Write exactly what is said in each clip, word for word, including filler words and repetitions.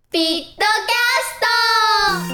ピットキャスト。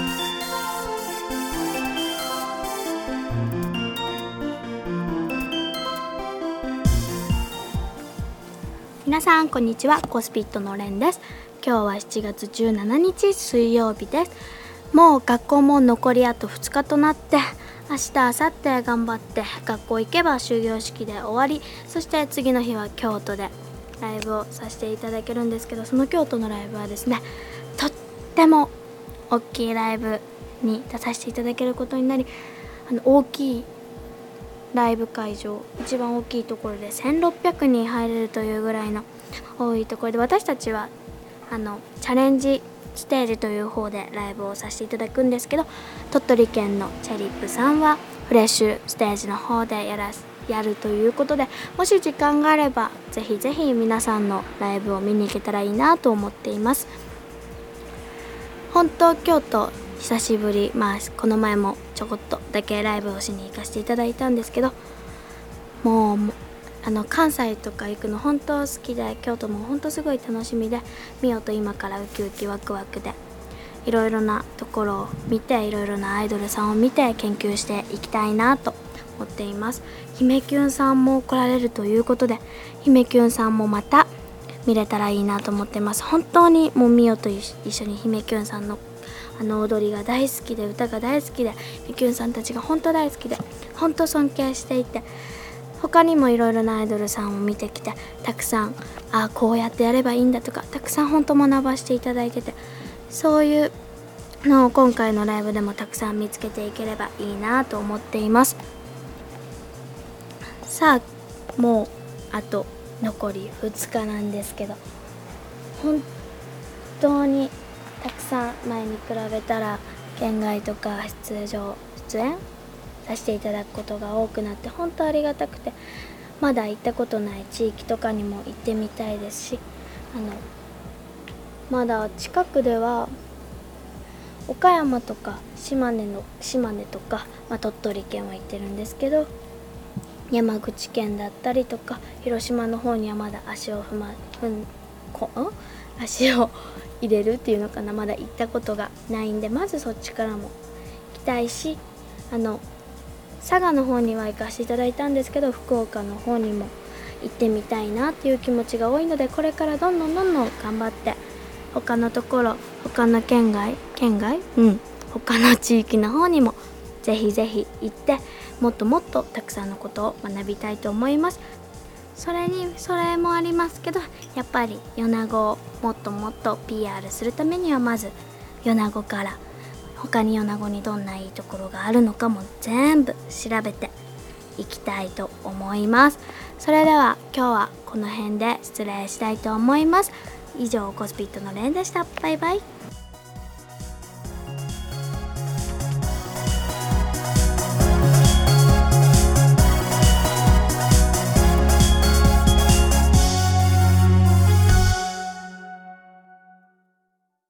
皆さんこんにちは、コスピットのレンです。今日はしちがつじゅうしちにち水曜日です。もう学校も残りあとふつかとなって、明日明後日頑張って学校行けば終業式で終わり、そして次の日は京都でライブをさせていただけるんですけど、その京都のライブはですね、とっても大きいライブに出させていただけることになり、あの大きいライブ会場、一番大きいところでせんろっぴゃくにん入れるというぐらいの多いところで、私たちはあのチャレンジステージという方でライブをさせていただくんですけど、鳥取県のチェリップさんはフレッシュステージの方でやらやるということで、もし時間があればぜひぜひ皆さんのライブを見に行けたらいいなと思っています。本当京都久しぶり、まあこの前もちょこっとだけライブをしに行かせていただいたんですけど、もうあの関西とか行くの本当好きで、京都も本当すごい楽しみで、見ようと今からウキウキワクワクでいろいろなところを見て、いろいろなアイドルさんを見て研究していきたいなと思っています。姫キュンさんも来られるということで、姫キュンさんもまた見れたらいいなと思ってます。本当にもうみよと一緒に姫キュンさんのあの踊りが大好きで、歌が大好きで、姫キュンさんたちが本当大好きで、本当尊敬していて、他にもいろいろなアイドルさんを見てきて、たくさんあこうやってやればいいんだとか、たくさん本当学ばせていただいてて、そういうのを今回のライブでもたくさん見つけていければいいなと思っています。さあもうあと残りふつかなんですけど、本当にたくさん前に比べたら県外とか出場出演させていただくことが多くなって、本当ありがたくて、まだ行ったことない地域とかにも行ってみたいですし、あのまだ近くでは岡山とか島根の島根とか、まあ、鳥取県は行ってるんですけど、山口県だったりとか広島の方にはまだ足を踏ま踏んこん足を入れるっていうのかな、まだ行ったことがないんで、まずそっちからも行きたいし、あの佐賀の方には行かせていただいたんですけど、福岡の方にも行ってみたいなっていう気持ちが多いので、これからどんどんどんどん頑張って他のところ、他の県外県外うん他の地域の方にもぜひぜひ行って、もっともっとたくさんのことを学びたいと思います。それにそれもありますけど、やっぱり米子をもっともっと ピーアール するためには、まず米子から、他に米子にどんないいところがあるのかも全部調べていきたいと思います。それでは今日はこの辺で失礼したいと思います。以上、コスピットのレンでした。バイバイ。